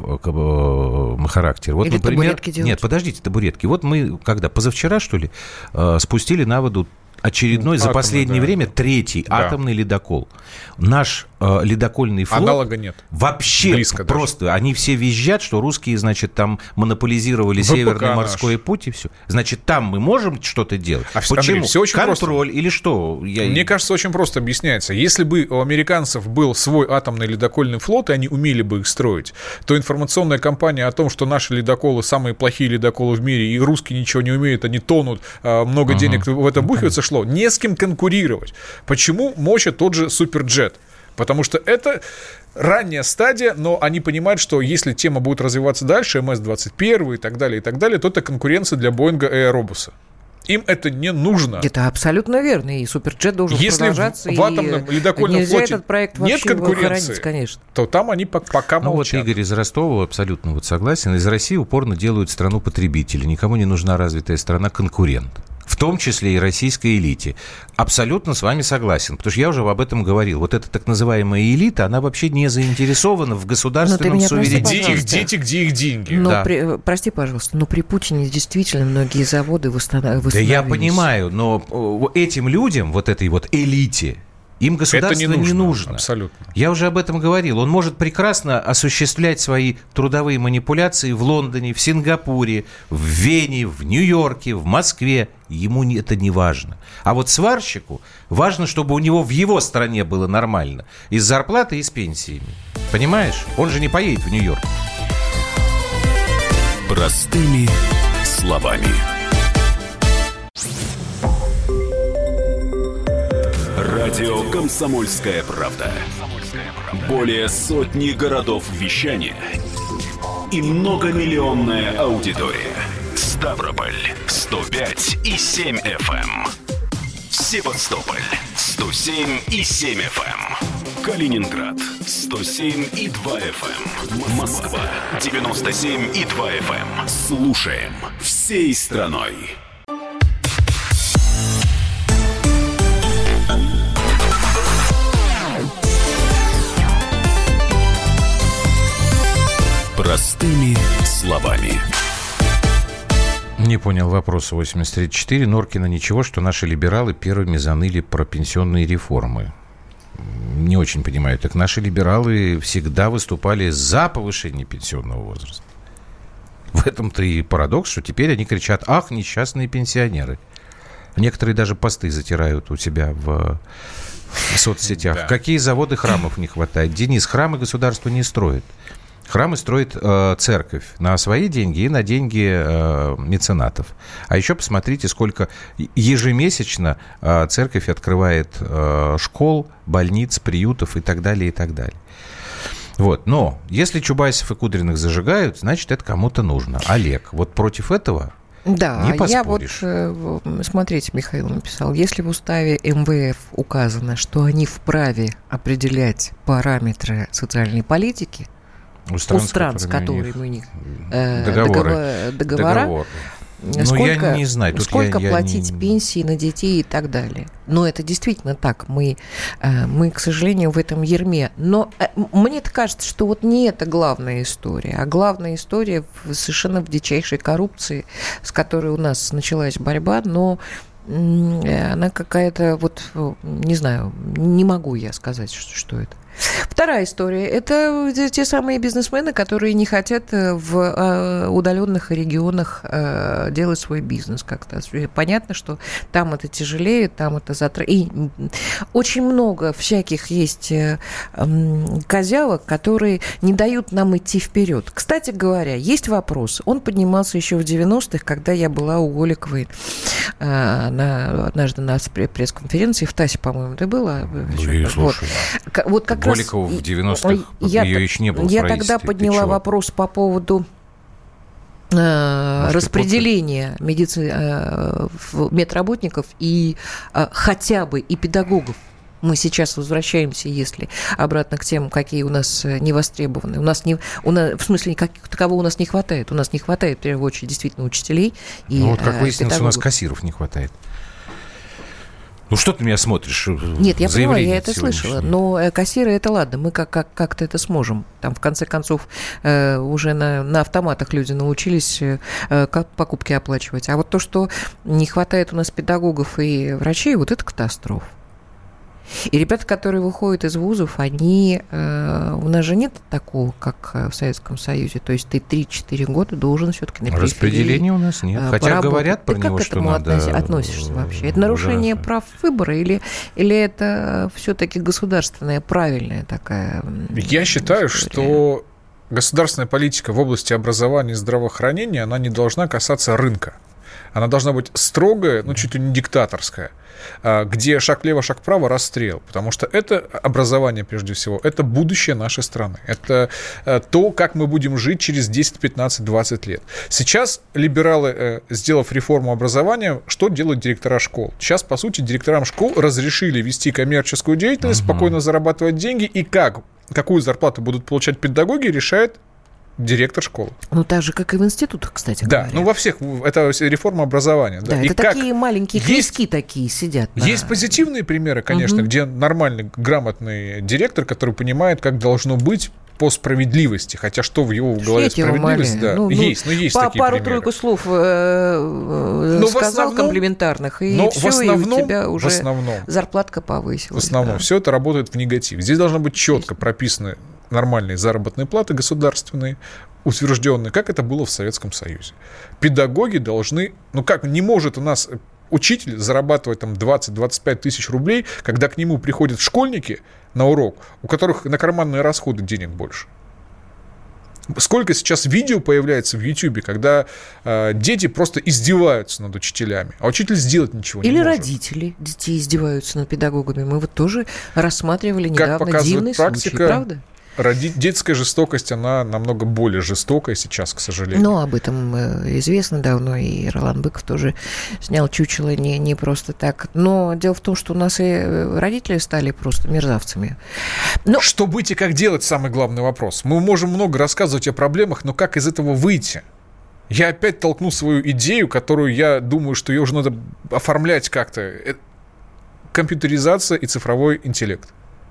характера. Вот, Или например, табуретки делать. Нет, подождите, табуретки. Вот мы, когда, позавчера, что ли, спустили на воду очередной, Атомный, за последнее да. время, третий да. атомный ледокол. Наш э, ледокольный флот... Аналога нет. Вообще Близко просто. Даже. Они все визжат, что русские, значит, там монополизировали ВПК Северный наш. морской путь и все. Значит, там мы можем что-то делать. А Почему? Андрей, все очень Контроль просто. Или что? Я... Мне кажется, очень просто объясняется. Если бы у американцев был свой атомный ледокольный флот, и они умели бы их строить, то информационная кампания о том, что наши ледоколы самые плохие ледоколы в мире, и русские ничего не умеют, они тонут, много uh-huh. денег в это бухивается, шло. Не с кем конкурировать. Почему мочат тот же Суперджет? Потому что это ранняя стадия, но они понимают, что если тема будет развиваться дальше, эм эс двадцать один и так далее, и так далее, то это конкуренция для Боинга и Аэробуса. Им это не нужно. Это абсолютно верно. И Суперджет должен Если продолжаться. Если в атомном ледокольном флоте этот проект нет конкуренции, конечно. то там они пока ну, молчат. Вот Игорь из Ростова абсолютно вот согласен. Из России упорно делают страну потребителей. Никому не нужна развитая страна-конкурент. В том числе и российской элите. Абсолютно с вами согласен, потому что я уже об этом говорил. Вот эта так называемая элита, она вообще не заинтересована в государственном суверенитете. Где их дети, где их деньги? Но да. при, прости, пожалуйста, но при Путине действительно многие заводы восстановились. Да я понимаю, но этим людям, вот этой вот элите, Им государство не нужно, не нужно. Абсолютно. Я уже об этом говорил. Он может прекрасно осуществлять свои трудовые манипуляции в Лондоне, в Сингапуре, в Вене, в Нью-Йорке, в Москве. Ему это не важно. А вот сварщику важно, чтобы у него в его стране было нормально. И с зарплатой, и с пенсиями. Понимаешь? Он же не поедет в Нью-Йорк. Простыми словами. Радио «Комсомольская правда». Более сотни городов вещания и многомиллионная аудитория. Ставрополь сто пять и семь эф эм. Севастополь сто семь и семь эф эм. Калининград сто семь и два эф эм. Москва девяносто семь и два эф эм. Слушаем всей страной. Простыми словами. Не понял вопроса восемьдесят три четыре. Норкина ничего, что наши либералы первыми заныли про пенсионные реформы. Не очень понимаю. Так наши либералы всегда выступали за повышение пенсионного возраста. В этом-то и парадокс, что теперь они кричат: ах, несчастные пенсионеры. Некоторые даже посты затирают у себя в, в соцсетях. Да. Какие заводы храмов не хватает? Денис, храмы государство не строит. Храмы строит э, церковь на свои деньги и на деньги э, меценатов. А еще посмотрите, сколько ежемесячно э, церковь открывает э, школ, больниц, приютов и так далее, и так далее. Вот. Но если Чубайсов и Кудриных зажигают, значит, это кому-то нужно. Олег, вот против этого да, не поспоришь. Я вот, смотрите, Михаил написал, если в уставе эм вэ эф указано, что они вправе определять параметры социальной политики, У стран, у стран с которыми у них э, договоры, договора, договор. сколько, ну, я не знаю, тут сколько я, я платить не... пенсии на детей и так далее. Но это действительно так. Мы, э, мы, к сожалению, в этом ярме. Но э, мне кажется, что вот не это главная история, а главная история в, совершенно в дичайшей коррупции, с которой у нас началась борьба, но она какая-то, вот, не знаю, не могу я сказать, что, что это. Вторая история – это те самые бизнесмены, которые не хотят в удаленных регионах делать свой бизнес как-то. Понятно, что там это тяжелее, там это затратно. И очень много всяких есть козявок, которые не дают нам идти вперед. Кстати говоря, есть вопрос. Он поднимался еще в девяностых, когда я была у Голиковой на, однажды на пресс-конференции в ТАССе, по-моему, ты была? Ну, вот. Вот как Голикова раз... в девяностых, я, ее еще не было. Я тогда подняла вопрос по поводу э, распределения медици... э, медработников и э, хотя бы и педагогов. Мы сейчас возвращаемся, если обратно к тем, какие у нас не востребованы. У нас не, у нас, в смысле, как, кого у нас не хватает. У нас не хватает, в первую очередь, действительно учителей и ну, вот как выяснилось, педагогов. У нас кассиров не хватает. Ну, что ты меня смотришь? Нет, я понимаю, я это слышала. Но кассиры, это ладно, мы как- как- как-то это сможем. Там, в конце концов, э, уже на, на автоматах люди научились э, как покупки оплачивать. А вот то, что не хватает у нас педагогов и врачей, вот это катастрофа. И ребята, которые выходят из вузов, они... Э, у нас же нет такого, как в Советском Союзе. То есть ты три-четыре года должен все-таки на периферии распределения у нас нет. Хотя поработать. Говорят про ты него, что надо... Ты как к этому относишься вообще? Это нарушение да. прав выбора или, или это все-таки государственная, правильная такая... Я считаю, история? Что государственная политика в области образования и здравоохранения, она не должна касаться рынка. Она должна быть строгая, ну, чуть ли не диктаторская, где шаг влево, шаг вправо, расстрел. Потому что это образование, прежде всего, это будущее нашей страны. Это то, как мы будем жить через десять, пятнадцать, двадцать лет. Сейчас либералы, сделав реформу образования, что делают директора школ? Сейчас, по сути, директорам школ разрешили вести коммерческую деятельность, угу. спокойно зарабатывать деньги. И как, какую зарплату будут получать педагоги, решает директор школы. Ну, так же, как и в институтах, кстати да, говоря. ну, во всех, это реформа образования. Да, да и это такие маленькие крестки такие сидят. На... Есть позитивные примеры, конечно, угу. где нормальный, грамотный директор, который понимает, как должно быть, по справедливости, хотя что в его голове Шлите справедливость, да, ну, есть, но есть по, такие примеры. Пару-тройку слов э, но сказал основном, комплиментарных, и но все, в основном, и у тебя уже в основном, зарплатка повысилась. В основном, да. все это работает в негатив. Здесь должны быть четко прописаны нормальные заработные платы государственные, утвержденные, как это было в Советском Союзе. Педагоги должны, ну как, не может у нас учитель зарабатывать там двадцать-двадцать пять тысяч рублей, когда к нему приходят школьники на урок, у которых на карманные расходы денег больше. Сколько сейчас видео появляется в Ютьюбе, когда э, дети просто издеваются над учителями, а учитель сделать ничего Или не может. Или родители детей издеваются над педагогами. Мы вот тоже рассматривали недавно как показывает дивный практика, случай, правда? Роди... Детская жестокость, она намного более жестокая сейчас, к сожалению. Ну, об этом известно давно, и Ролан Быков тоже снял чучело не, не просто так. Но дело в том, что у нас и родители стали просто мерзавцами. Но... Что быть и как делать, самый главный вопрос. Мы можем много рассказывать о проблемах, но как из этого выйти? Я опять толкну свою идею, которую я думаю, что ее уже надо оформлять как-то. Компьютеризация и цифровой интеллект.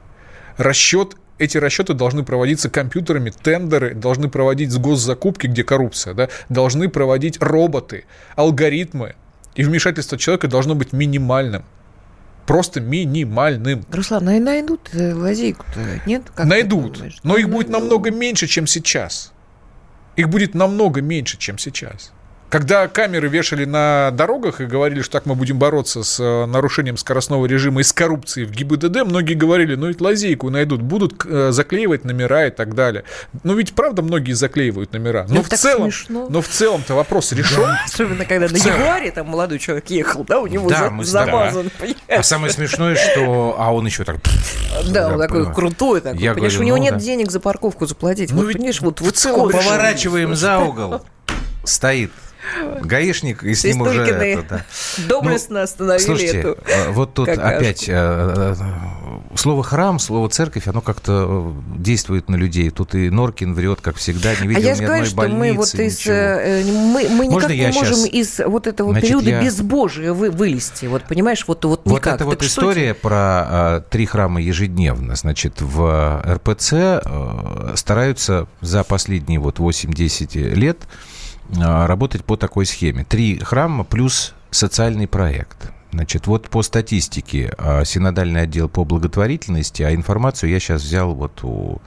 Расчет. Эти расчеты должны проводиться компьютерами, тендеры должны проводить с госзакупки, где коррупция, да, должны проводить роботы, алгоритмы, и вмешательство человека должно быть минимальным. Просто минимальным. Руслан, ну и найдут лазейку-то, нет? Как найдут, но их ну, будет намного меньше, чем сейчас. Их будет намного меньше, чем сейчас. Когда камеры вешали на дорогах и говорили, что так мы будем бороться с нарушением скоростного режима и с коррупцией в ГИБДД, многие говорили, ну ведь лазейку найдут, будут заклеивать номера и так далее. Ну ведь правда многие заклеивают номера. Но, в целом, но в целом-то вопрос решен. Да. Особенно когда на Ягуаре там молодой человек ехал, да, у него да, за, замазан. Да. А самое смешное, что... А он еще так... Да, он такой понимаю. Крутой такой. Я понимаешь, говорю, у него ну, нет да. денег за парковку заплатить. Ну вот, понимаешь, вот, вот в целом поворачиваем за угол. Стоит гаишник, и с ним уже это, да. доблестно ну, остановили слушайте, эту вот тут какашку. Опять э, э, слово «храм», слово «церковь», оно как-то действует на людей. Тут и Норкин врет, как всегда, не видел а ни одной говорю, больницы, мы вот из, э, мы, мы никак не можем сейчас... из вот этого Значит, периода я... безбожия вы, вылезти. Вот понимаешь, вот, вот никак. Вот эта вот история это? Про э, три храма ежедневно. Значит, в эр пэ цэ э, стараются за последние вот восемь-десять лет работать по такой схеме. Три храма плюс социальный проект. Значит, вот по статистике синодальный отдел по благотворительности, а информацию я сейчас взял вот у,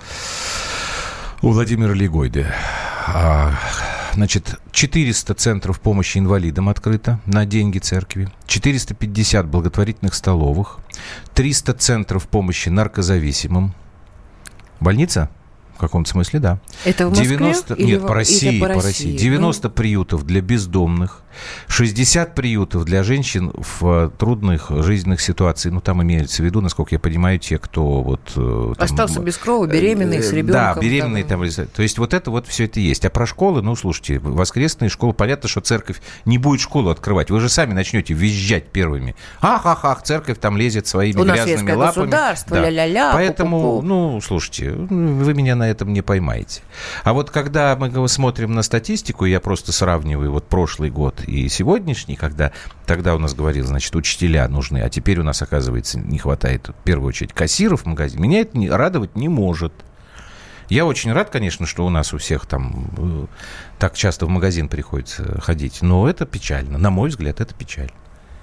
у Владимира Легойды. Значит, четыреста центров помощи инвалидам открыто на деньги церкви, четыреста пятьдесят благотворительных столовых, триста центров помощи наркозависимым. Больница? В каком-то смысле, да. Это в Москве? девяносто... Или Нет, по России, по России. России. девяносто ну... приютов для бездомных, шестьдесят приютов для женщин в трудных жизненных ситуациях. Ну, там имеется в виду, насколько я понимаю, те, кто вот... Там, остался без крова, беременный, с ребенком. Да, беременный там. там. То есть вот это вот все это есть. А про школы, ну, слушайте, воскресные школы, понятно, что церковь не будет школу открывать. Вы же сами начнете визжать первыми. Ах-ах-ах, церковь там лезет своими У грязными лапами. Государство, да. ля-ля-ля. Поэтому, пу-пу-пу. ну, слушайте, вы меня на этом не поймаете. А вот когда мы смотрим на статистику, я просто сравниваю вот прошлый год и сегодняшний, когда тогда у нас говорил, значит, учителя нужны, а теперь у нас, оказывается, не хватает, в первую очередь, кассиров в магазине, меня это не, радовать не может. Я очень рад, конечно, что у нас у всех там так часто в магазин приходится ходить, но это печально. На мой взгляд, это печально.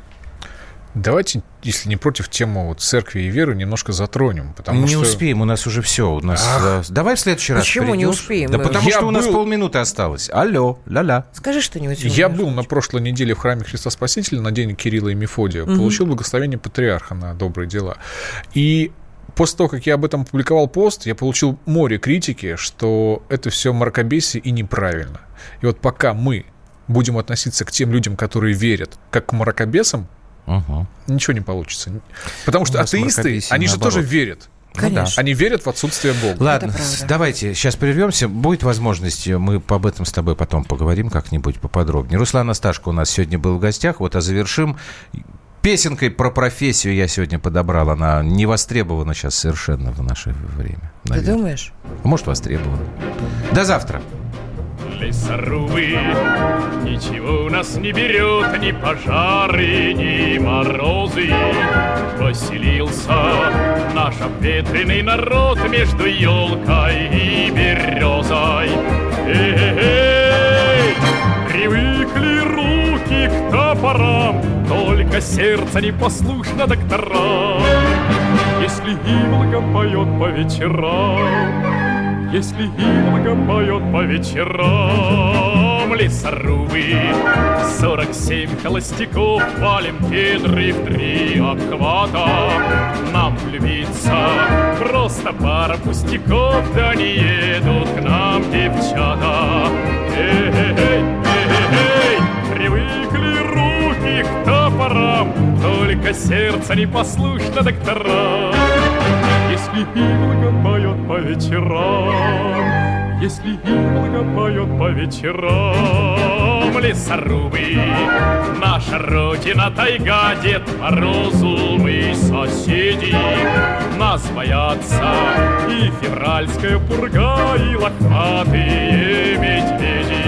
Давайте, если не против, тему вот церкви и веры немножко затронем. Потому не что... успеем, у нас уже все. У нас... Ах, давай в следующий раз Почему придешь. не успеем? Да потому Я что у нас был... полминуты осталось. Алло, ля-ля. Скажи что-нибудь. Я был на прошлой неделе в храме Христа Спасителя на день Кирилла и Мефодия. Угу. Получил благословение патриарха на добрые дела. И после того, как я об этом публиковал пост, я получил море критики, что это все мракобесие и неправильно. И вот пока мы будем относиться к тем людям, которые верят, как к мракобесам, угу. ничего не получится. Потому что атеисты, они же тоже верят. Конечно. Они верят в отсутствие Бога. Ладно, давайте сейчас прервемся. Будет возможность, мы об этом с тобой потом поговорим как-нибудь поподробнее. Руслан Асташко у нас сегодня был в гостях. Вот, а завершим песенкой про профессию я сегодня подобрал. Она не востребована сейчас совершенно в наше время. Наверное. Ты думаешь? Может, востребована. До завтра. лесорубы. Ничего нас не берет, ни пожары, ни морозы. Поселился наш обветренный народ между елкой и березой. Эй-эй-эй! Привыкли руки к топорам, только сердце непослушно докторам. Если иволга поет по вечерам, если иволга поет по вечерам, лесорубы, сорок семь холостяков, валим кедры в три обхвата. Нам влюбиться просто пара пустяков, да не едут к нам девчата. Эй-эй-эй, эй-эй-эй, привыкли руки к топорам, только сердце непослушно докторам. Если иволга поет по вечерам, если иволга поет по вечерам, лесорубы, наша родина тайга, Дед Морозу мы соседи. Нас боятся и февральская пурга, и лохматые медведи.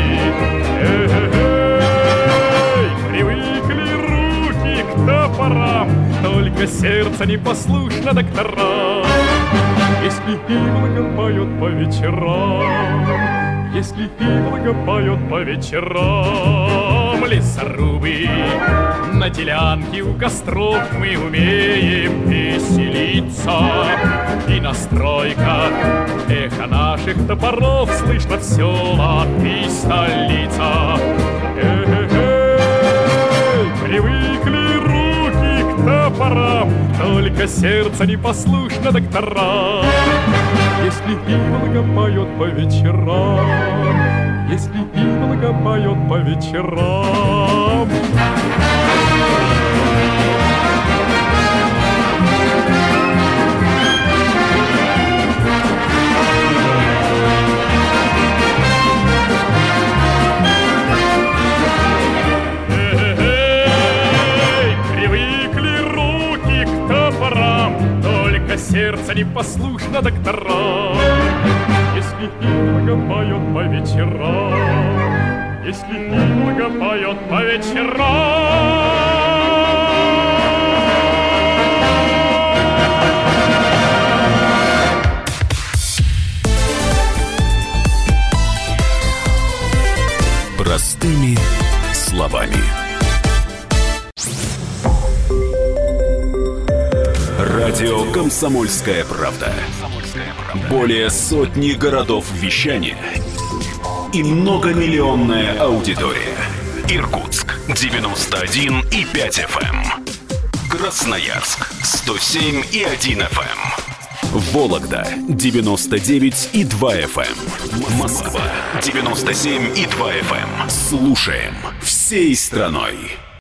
Эй-эй-эй, привыкли руки к топорам, только сердце непослушно докторам. Если иволга поет по вечерам, если иволга поет по вечерам, лесорубы, на делянке у костров мы умеем веселиться. И на стройках эхо наших топоров слышно в селах и столица. Эй-эй-эй, привыкли руки к топорам, только сердце непослушно докторам. Если иволга поет по вечерам, если иволга поет по вечерам. Эй-эй-эй, привыкли руки к топорам, только сердце непослушно докторам. Если иволга поет по вечерам, если иволга поет по вечерам. Простыми словами. Радио «Комсомольская правда». Более сотни городов вещания и многомиллионная аудитория. Иркутск девяносто один и пять эф эм, Красноярск сто семь и один эф эм, Вологда девяносто девять и два эф эм, Москва девяносто семь и два эф эм. Слушаем всей страной.